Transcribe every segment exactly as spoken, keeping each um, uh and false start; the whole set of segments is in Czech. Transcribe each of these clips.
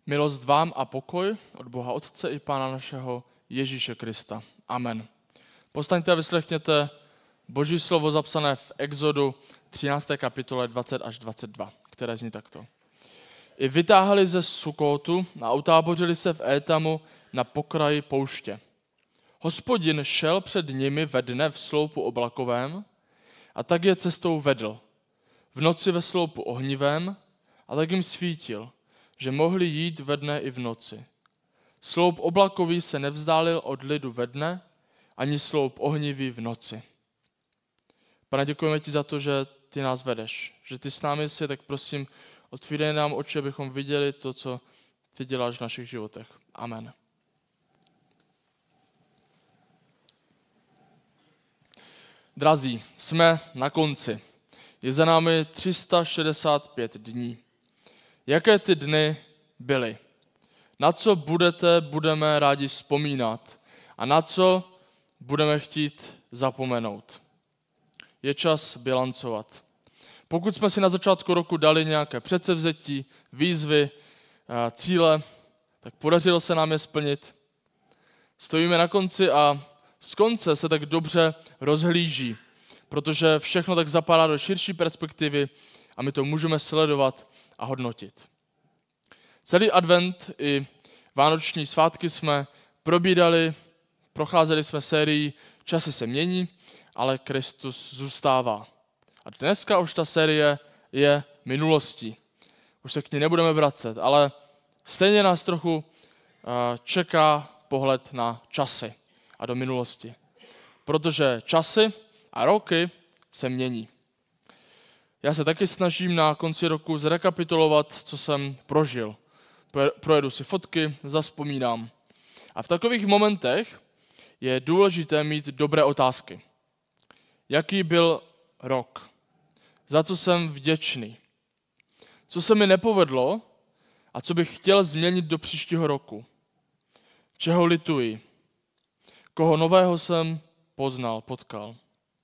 Milost vám a pokoj od Boha Otce i Pána našeho Ježíše Krista. Amen. Postaňte a vyslechněte Boží slovo zapsané v Exodu třinácté kapitole dvacet až dvacet dva, které zní takto. I vytáhli ze Sukotu a utábořili se v Étamu na pokraji pouště. Hospodin šel před nimi ve dne v sloupu oblakovém a tak je cestou vedl. V noci ve sloupu ohnivém a tak jim svítil, že mohli jít ve dne i v noci. Sloup oblakový se nevzdálil od lidu ve dne, ani sloup ohnivý v noci. Pane, děkujeme ti za to, že ty nás vedeš, že ty s námi jsi, tak prosím, otvírej nám oči, abychom viděli to, co ty děláš v našich životech. Amen. Drazí, jsme na konci. Je za námi tři sta šedesát pět dní. Jaké ty dny byly? Na co budete, budeme rádi vzpomínat a na co budeme chtít zapomenout? Je čas bilancovat. Pokud jsme si na začátku roku dali nějaké předsevzetí, výzvy, cíle, tak podařilo se nám je splnit. Stojíme na konci a z konce se tak dobře rozhlíží, protože všechno tak zapadá do širší perspektivy a my to můžeme sledovat a hodnotit. Celý advent i vánoční svátky jsme probírali, procházeli jsme sérii Časy se mění, ale Kristus zůstává. A dneska už ta série je minulostí. Už se k ní nebudeme vracet, ale stejně nás trochu čeká pohled na časy a do minulosti. Protože časy a roky se mění. Já se taky snažím na konci roku zrekapitulovat, co jsem prožil. Projedu si fotky, zavzpomínám. A v takových momentech je důležité mít dobré otázky. Jaký byl rok? Za co jsem vděčný? Co se mi nepovedlo a co bych chtěl změnit do příštího roku? Čeho lituji? Koho nového jsem poznal, potkal?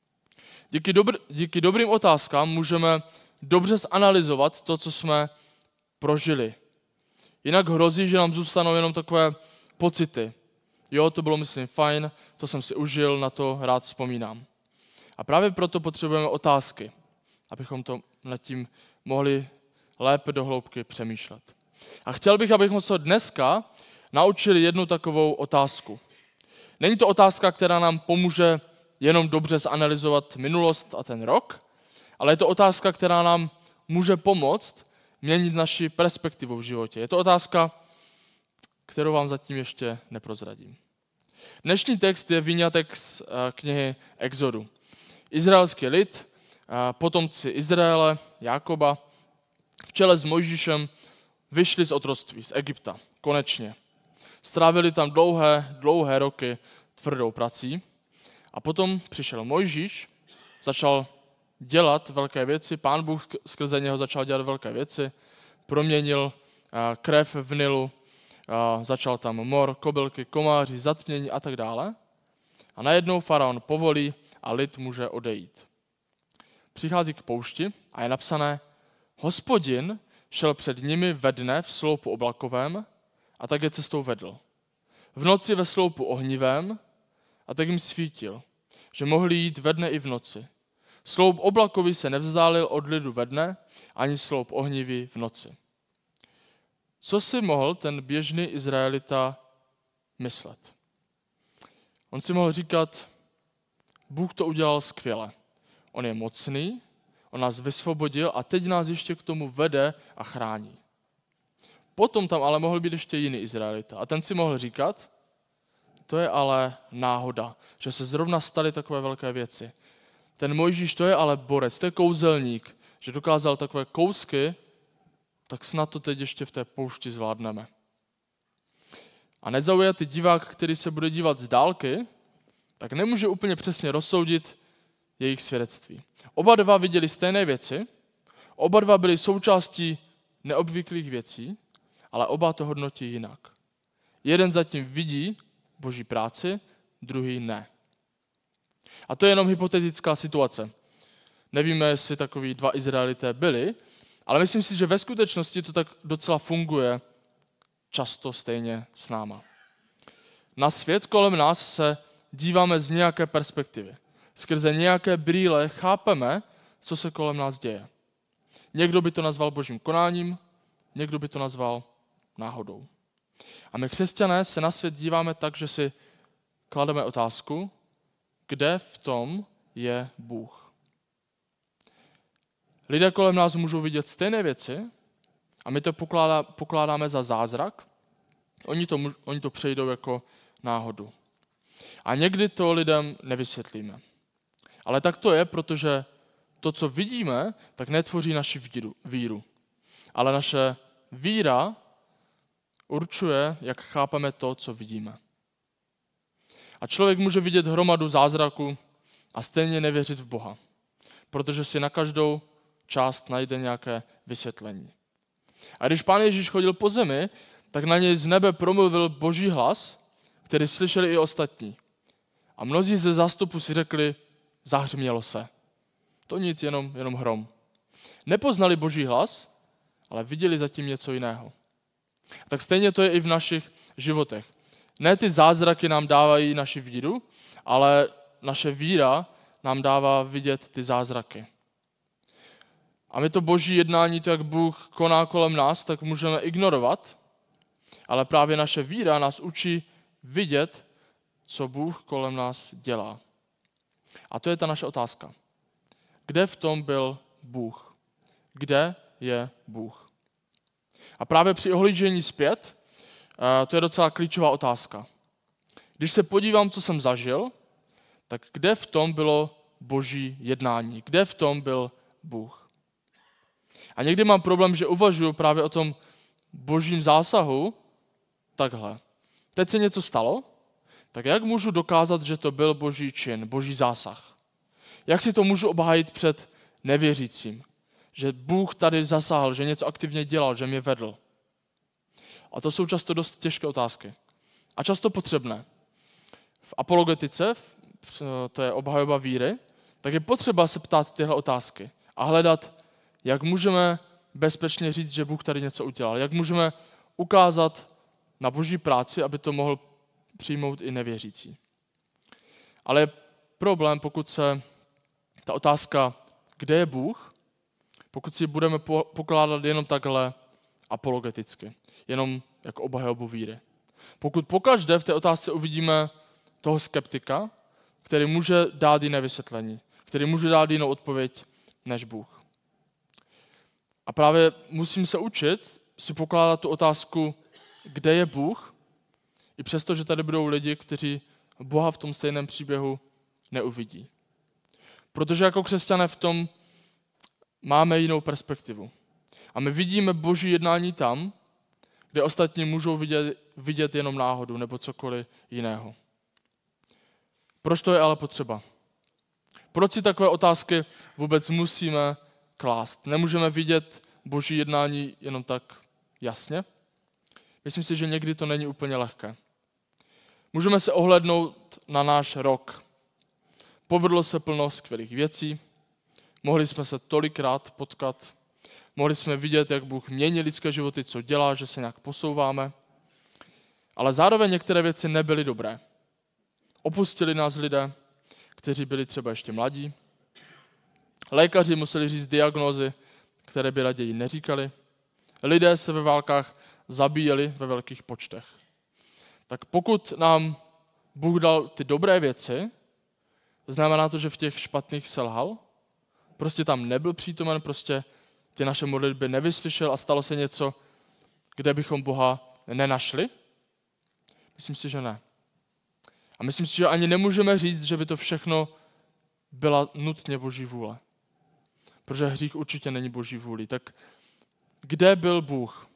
Díky, dobr, díky dobrým otázkám můžeme dobře zanalyzovat to, co jsme prožili. Jinak hrozí, že nám zůstanou jenom takové pocity. Jo, to bylo, myslím, fajn, to jsem si užil, na to rád vzpomínám. A právě proto potřebujeme otázky, abychom to nad tím mohli lépe do hloubky přemýšlet. A chtěl bych, abychom se dneska naučili jednu takovou otázku. Není to otázka, která nám pomůže jenom dobře zanalyzovat minulost a ten rok, ale je to otázka, která nám může pomoct měnit naši perspektivu v životě. Je to otázka, kterou vám zatím ještě neprozradím. Dnešní text je vyňatek z knihy Exodu. Izraelský lid, potomci Izraele, Jákoba, v čele s Mojžíšem vyšli z otroctví, z Egypta, konečně. Strávili tam dlouhé, dlouhé roky tvrdou prací a potom přišel Mojžíš, začal dělat velké věci, Pán Bůh skrze něho začal dělat velké věci, proměnil krev v Nilu, začal tam mor, kobylky, komáři, zatmění a tak dále. A najednou faraon povolí a lid může odejít. Přichází k poušti a je napsané: Hospodin šel před nimi ve dne v sloupu oblakovém a tak je cestou vedl. V noci ve sloupu ohnivém a tak jim svítil, že mohli jít ve dne i v noci. Sloup oblakový se nevzdálil od lidu ve dne, ani sloup ohnivý v noci. Co si mohl ten běžný Izraelita myslet? On si mohl říkat, Bůh to udělal skvěle. On je mocný, on nás vysvobodil a teď nás ještě k tomu vede a chrání. Potom tam ale mohl být ještě jiný Izraelita a ten si mohl říkat, to je ale náhoda, že se zrovna staly takové velké věci. Ten Mojžíš, to je ale borec, to je kouzelník, že dokázal takové kousky, tak snad to teď ještě v té poušti zvládneme. A nezaujatý divák, který se bude dívat z dálky, tak nemůže úplně přesně rozsoudit jejich svědectví. Oba dva viděli stejné věci, oba dva byli součástí neobvyklých věcí, ale oba to hodnotí jinak. Jeden zatím vidí Boží práci, druhý ne. A to je jenom hypotetická situace. Nevíme, jestli takoví dva Izraelité byli, ale myslím si, že ve skutečnosti to tak docela funguje často stejně s náma. Na svět kolem nás se díváme z nějaké perspektivy. Skrze nějaké brýle chápeme, co se kolem nás děje. Někdo by to nazval božím konáním, někdo by to nazval náhodou. A my křesťané se na svět díváme tak, že si klademe otázku, kde v tom je Bůh. Lidé kolem nás můžou vidět stejné věci a my to pokládá, pokládáme za zázrak. Oni to, oni to přejdou jako náhodu. A někdy to lidem nevysvětlíme. Ale tak to je, protože to, co vidíme, tak netvoří naši víru, víru. Ale naše víra určuje, jak chápeme to, co vidíme. A člověk může vidět hromadu zázraků a stejně nevěřit v Boha, protože si na každou část najde nějaké vysvětlení. A když Pán Ježíš chodil po zemi, tak na něj z nebe promluvil boží hlas, který slyšeli i ostatní. A mnozí ze zástupu si řekli, zahřmělo se. To nic, jenom, jenom hrom. Nepoznali boží hlas, ale viděli zatím něco jiného. Tak stejně to je i v našich životech. Ne ty zázraky nám dávají naši víru, ale naše víra nám dává vidět ty zázraky. A my to boží jednání, to jak Bůh koná kolem nás, tak můžeme ignorovat, ale právě naše víra nás učí vidět, co Bůh kolem nás dělá. A to je ta naše otázka. Kde v tom byl Bůh? Kde je Bůh? A právě při ohlížení zpět, to je docela klíčová otázka. Když se podívám, co jsem zažil, tak kde v tom bylo boží jednání? Kde v tom byl Bůh? A někdy mám problém, že uvažuji právě o tom božím zásahu takhle. Teď se něco stalo, tak jak můžu dokázat, že to byl boží čin, boží zásah? Jak si to můžu obhájit před nevěřícím? Že Bůh tady zasáhl, že něco aktivně dělal, že mě vedl. A to jsou často dost těžké otázky. A často potřebné. V apologetice, to je obhajoba víry, tak je potřeba se ptát tyhle otázky a hledat, jak můžeme bezpečně říct, že Bůh tady něco udělal. Jak můžeme ukázat na boží práci, aby to mohl přijmout i nevěřící. Ale je problém, pokud se ta otázka, kde je Bůh, pokud si budeme pokládat jenom takhle apologeticky, jenom jako obhajobu víry. Pokud pokaždé v té otázce uvidíme toho skeptika, který může dát jiné vysvětlení, který může dát jinou odpověď než Bůh. A právě musím se učit si pokládat tu otázku, kde je Bůh, i přesto, že tady budou lidi, kteří Boha v tom stejném příběhu neuvidí. Protože jako křesťané v tom máme jinou perspektivu. A my vidíme boží jednání tam, kde ostatní můžou vidět, vidět jenom náhodu nebo cokoliv jiného. Proč to je ale potřeba? Proč si takové otázky vůbec musíme klást? Nemůžeme vidět boží jednání jenom tak jasně? Myslím si, že někdy to není úplně lehké. Můžeme se ohlédnout na náš rok. Povedlo se plno skvělých věcí, mohli jsme se tolikrát potkat, mohli jsme vidět, jak Bůh mění lidské životy, co dělá, že se nějak posouváme, ale zároveň některé věci nebyly dobré. Opustili nás lidé, kteří byli třeba ještě mladí. Lékaři museli říct diagnózy, které by raději neříkali. Lidé se ve válkách zabíjeli ve velkých počtech. Tak pokud nám Bůh dal ty dobré věci, znamená to, že v těch špatných selhal? Prostě tam nebyl přítomen, prostě ty naše modlitby nevyslyšel a stalo se něco, kde bychom Boha nenašli? Myslím si, že ne. A myslím si, že ani nemůžeme říct, že by to všechno byla nutně boží vůle. Protože hřích určitě není boží vůli. Tak kde byl Bůh?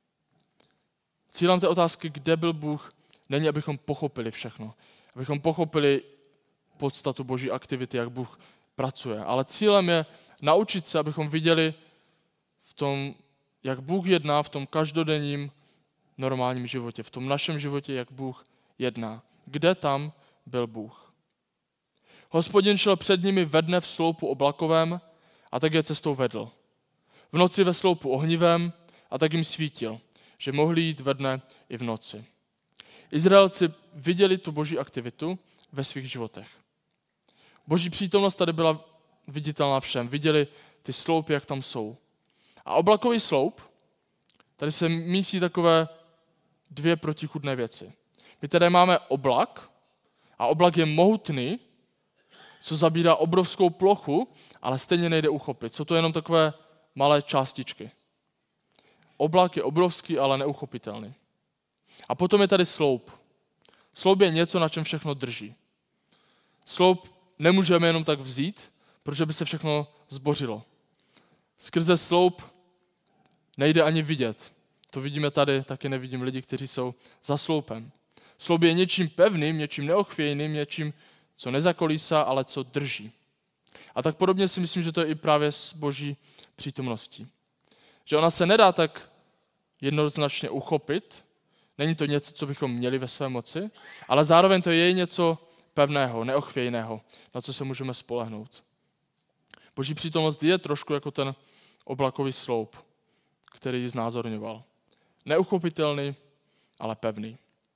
Cílem té otázky, kde byl Bůh, není, abychom pochopili všechno. Abychom pochopili podstatu boží aktivity, jak Bůh pracuje. Ale cílem je naučit se, abychom viděli v tom, jak Bůh jedná v tom každodenním normálním životě, v tom našem životě, jak Bůh jedná. Kde tam byl Bůh? Hospodin šel před nimi ve dne v sloupu oblakovém a tak je cestou vedl. V noci ve sloupu ohnivém a tak jim svítil, že mohli jít ve dne i v noci. Izraelci viděli tu boží aktivitu ve svých životech. Boží přítomnost tady byla viditelná všem. Viděli ty sloupy, jak tam jsou. A oblakový sloup, tady se mísí takové dvě protichůdné věci. My tady máme oblak a oblak je mohutný, co zabírá obrovskou plochu, ale stejně nejde uchopit. Jsou to jenom takové malé částičky. Oblak je obrovský, ale neuchopitelný. A potom je tady sloup. Sloup je něco, na čem všechno drží. Sloup nemůžeme jenom tak vzít, protože by se všechno zbořilo. Skrze sloup nejde ani vidět. To vidíme tady, taky nevidím lidi, kteří jsou za sloupem. Sloup je něčím pevným, něčím neochvějným, něčím, co nezakolísá, ale co drží. A tak podobně si myslím, že to je i právě s boží přítomností. Že ona se nedá tak jednoznačně uchopit, není to něco, co bychom měli ve své moci, ale zároveň to je něco pevného, neochvějného, na co se můžeme spolehnout. Boží přítomnost je trošku jako ten oblakový sloup, který ji znázorňoval. Neuchopitelný, ale pevný.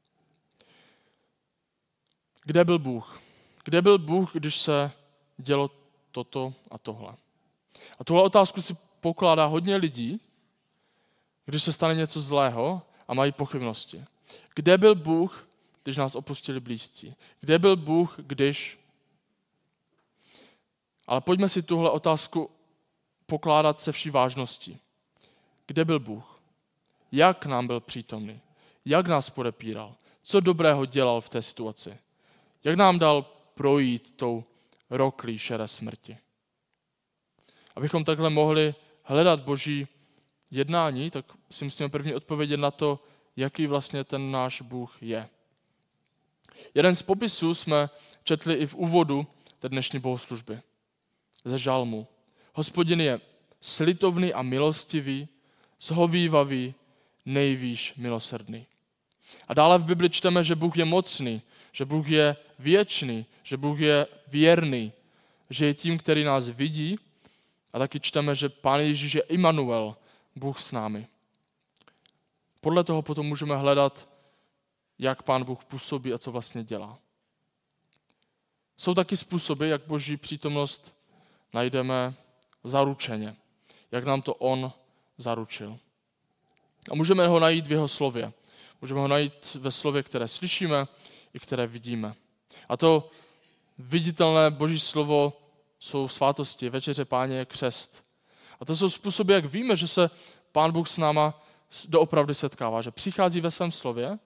Kde byl Bůh? Kde byl Bůh, když se dělo toto a tohle? A tuhle otázku si pokládá hodně lidí, když se stane něco zlého a mají pochybnosti. Kde byl Bůh, když nás opustili blízcí? Kde byl Bůh, když... Ale pojďme si tuhle otázku pokládat se vší vážností. Kde byl Bůh? Jak nám byl přítomný? Jak nás podepíral? Co dobrého dělal v té situaci? Jak nám dal projít tou roklí šedé smrti? Abychom takhle mohli hledat Boží jednání, tak si musíme první odpovědět na to, jaký vlastně ten náš Bůh je. Jeden z popisů jsme četli i v úvodu té dnešní bohoslužby. Ze žalmu. Hospodin je slitovný a milostivý, zhovívavý, nejvýš milosrdný. A dále v Bibli čteme, že Bůh je mocný, že Bůh je věčný, že Bůh je věrný, že je tím, který nás vidí. A taky čteme, že Pán Ježíš je Immanuel, Bůh s námi. Podle toho potom můžeme hledat, jak Pán Bůh působí a co vlastně dělá. Jsou taky způsoby, jak Boží přítomnost najdeme zaručeně, jak nám to On zaručil. A můžeme ho najít v jeho slově. Můžeme ho najít ve slově, které slyšíme i které vidíme. A to viditelné Boží slovo jsou svátosti, večeře Páně je křest. A to jsou způsoby, jak víme, že se Pán Bůh s náma doopravdy setkává, že přichází ve svém slově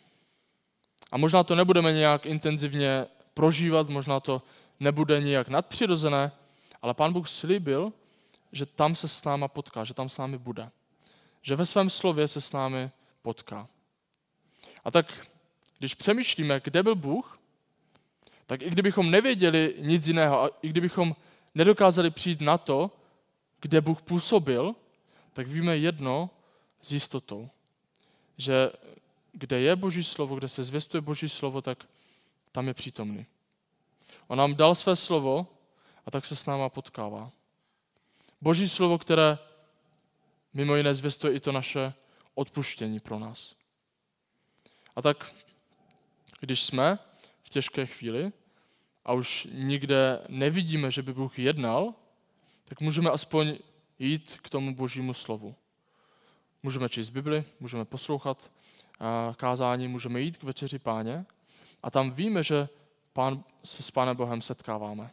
a možná to nebudeme nějak intenzivně prožívat, možná to nebude nějak nadpřirozené, ale Pán Bůh slíbil, že tam se s náma potká, že tam s námi bude. Že ve svém slově se s námi potká. A tak, když přemýšlíme, kde byl Bůh, tak i kdybychom nevěděli nic jiného, a i kdybychom nedokázali přijít na to, kde Bůh působil, tak víme jedno s jistotou, že kde je Boží slovo, kde se zvěstuje Boží slovo, tak tam je přítomný. On nám dal své slovo a tak se s náma potkává. Boží slovo, které mimo jiné zvěstuje i to naše odpuštění pro nás. A tak, když jsme v těžké chvíli a už nikde nevidíme, že by Bůh jednal, tak můžeme aspoň jít k tomu Božímu slovu. Můžeme číst Bibli, můžeme poslouchat kázání, můžeme jít k večeři Páně a tam víme, že pán, se s Pánem Bohem setkáváme.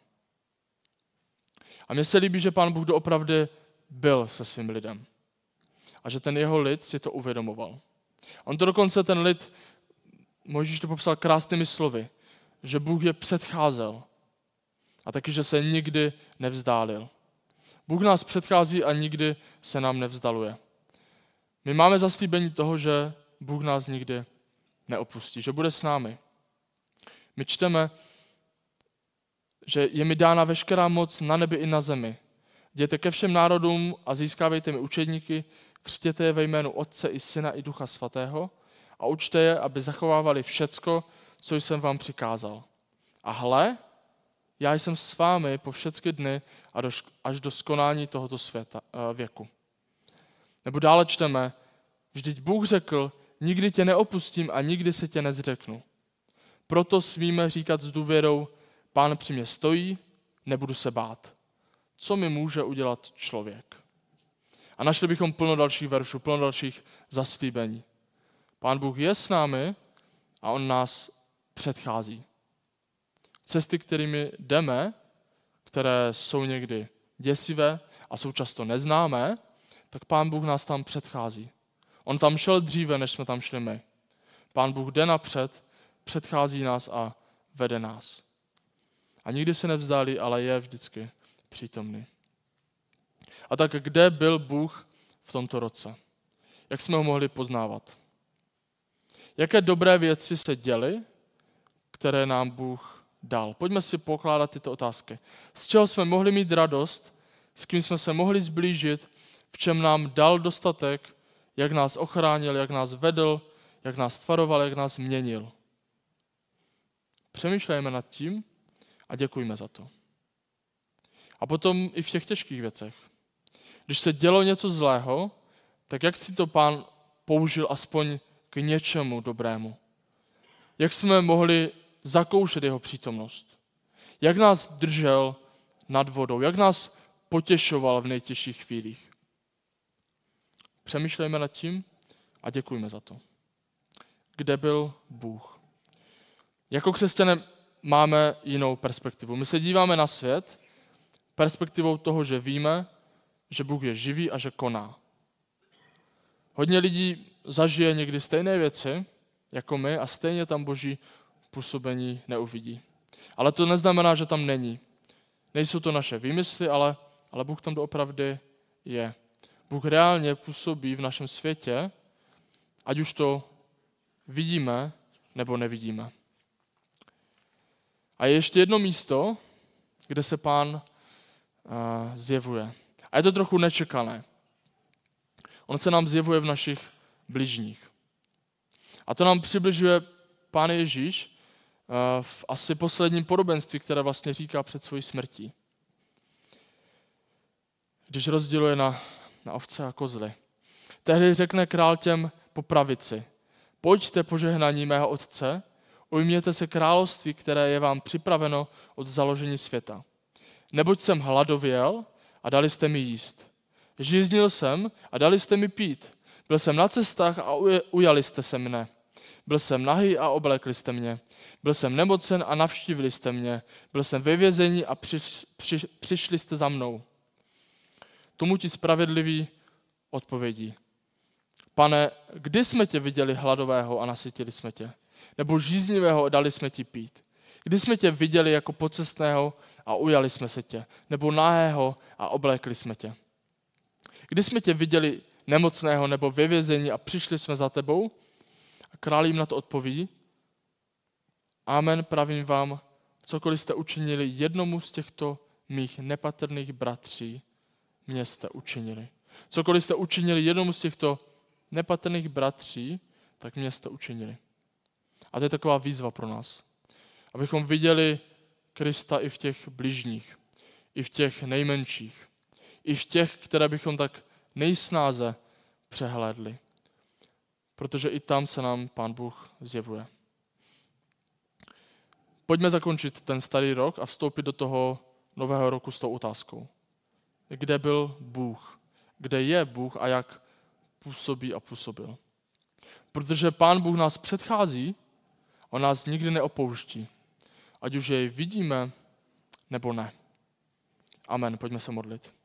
A mně se líbí, že Pán Bůh doopravdy byl se svým lidem. A že ten jeho lid si to uvědomoval. On to dokonce ten lid, Mojžíš to popsal krásnými slovy, že Bůh je předcházel a taky, že se nikdy nevzdálil. Bůh nás předchází a nikdy se nám nevzdaluje. My máme zaslíbení toho, že Bůh nás nikdy neopustí, že bude s námi. My čteme, že je mi dána veškerá moc na nebi i na zemi. Jděte ke všem národům a získávejte mi učedníky, křtěte je ve jménu Otce i Syna i Ducha Svatého a učte je, aby zachovávali všecko, co jsem vám přikázal. A hle, já jsem s vámi po všechny dny a až do skonání tohoto světa, věku. Nebo dále čteme, Vždyť Bůh řekl, nikdy tě neopustím a nikdy se tě nezřeknu. Proto smíme říkat s důvěrou, Pán při mě stojí, nebudu se bát. Co mi může udělat člověk? A našli bychom plno dalších veršů, plno dalších zaslíbení. Pán Bůh je s námi a on nás předchází. Cesty, kterými jdeme, které jsou někdy děsivé a jsou často neznámé, tak Pán Bůh nás tam předchází. On tam šel dříve, než jsme tam šli my. Pán Bůh jde napřed, předchází nás a vede nás. A nikdy se nevzdálí, ale je vždycky přítomný. A tak kde byl Bůh v tomto roce? Jak jsme ho mohli poznávat? Jaké dobré věci se děly, které nám Bůh dal? Pojďme si pokládat tyto otázky. Z čeho jsme mohli mít radost, s kým jsme se mohli zblížit, v čem nám dal dostatek, jak nás ochránil, jak nás vedl, jak nás tvaroval, jak nás měnil. Přemýšlejme nad tím a děkujme za to. A potom i v těch těžkých věcech. Když se dělo něco zlého, tak jak si to Pán použil aspoň k něčemu dobrému? Jak jsme mohli zakoušet jeho přítomnost? Jak nás držel nad vodou? Jak nás potěšoval v nejtěžších chvílích? Přemýšlejme nad tím a děkujme za to. Kde byl Bůh? Jako křesťané máme jinou perspektivu. My se díváme na svět perspektivou toho, že víme, že Bůh je živý a že koná. Hodně lidí zažije někdy stejné věci jako my a stejně tam Boží působení neuvidí. Ale to neznamená, že tam není. Nejsou to naše výmysly, ale, ale Bůh tam doopravdy je. Bůh reálně působí v našem světě, ať už to vidíme nebo nevidíme. A je ještě jedno místo, kde se Pán uh, zjevuje. A je to trochu nečekané. On se nám zjevuje v našich bližních. A to nám přibližuje Pán Ježíš uh, v asi posledním podobenství, které vlastně říká před svojí smrtí. Když rozděluje na, na ovce a kozly. Tehdy řekne král těm po pravici: Pojďte požehnaní mého otce, ujměte se království, které je vám připraveno od založení světa. Neboť jsem hladověl a dali jste mi jíst. Žíznil jsem a dali jste mi pít. Byl jsem na cestách a ujali jste se mne. Byl jsem nahý a oblekli jste mě. Byl jsem nemocen a navštívili jste mě. Byl jsem ve vězení a při, při, přišli jste za mnou. Tomu ti spravedliví odpovědí: Pane, kdy jsme tě viděli hladového a nasytili jsme tě? Nebo žíznivého a dali jsme ti pít? Kdy jsme tě viděli jako pocestného a ujali jsme se tě? Nebo nahého a oblékli jsme tě? Kdy jsme tě viděli nemocného nebo ve vězení a přišli jsme za tebou? A král jim na to odpoví: Amen, pravím vám, cokoliv jste učinili jednomu z těchto mých nepatrných bratří, mě jste učinili. Cokoliv jste učinili jednomu z těchto nepatrných bratří, tak mě jste učinili. A to je taková výzva pro nás. Abychom viděli Krista i v těch bližních, i v těch nejmenších, i v těch, které bychom tak nejsnáze přehlédli. Protože i tam se nám Pán Bůh zjevuje. Pojďme zakončit ten starý rok a vstoupit do toho nového roku s tou otázkou. Kde byl Bůh? Kde je Bůh a jak působí a působil? Protože Pán Bůh nás předchází, on nás nikdy neopouští. Ať už jej vidíme, nebo ne. Amen. Pojďme se modlit.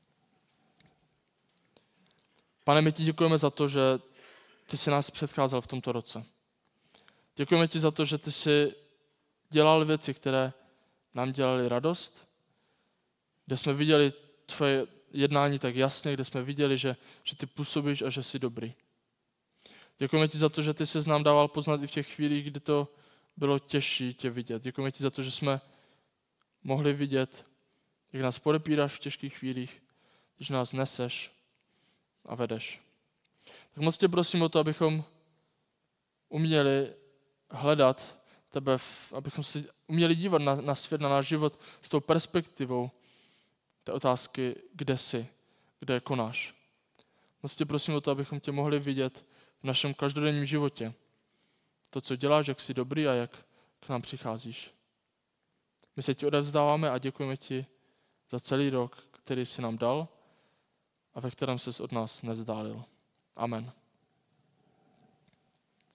Pane, my ti děkujeme za to, že ty jsi nás předcházel v tomto roce. Děkujeme ti za to, že ty jsi dělal věci, které nám dělaly radost, kde jsme viděli tvoje jednání tak jasně, kde jsme viděli, že, že ty působíš a že jsi dobrý. Děkujeme ti za to, že ty jsi nám dával poznat i v těch chvílích, kdy to bylo těžší tě vidět. Děkujeme ti za to, že jsme mohli vidět, jak nás podepíráš v těžkých chvílích, když nás neseš a vedeš. Tak moc tě prosím o to, abychom uměli hledat tebe, abychom si uměli dívat na, na svět, na náš život s tou perspektivou té otázky, kde jsi, kde konáš. Moc tě prosím o to, abychom tě mohli vidět v našem každodenním životě. To, co děláš, jak jsi dobrý a jak k nám přicházíš. My se ti odevzdáváme a děkujeme ti za celý rok, který jsi nám dal a ve kterém ses od nás nevzdálil. Amen.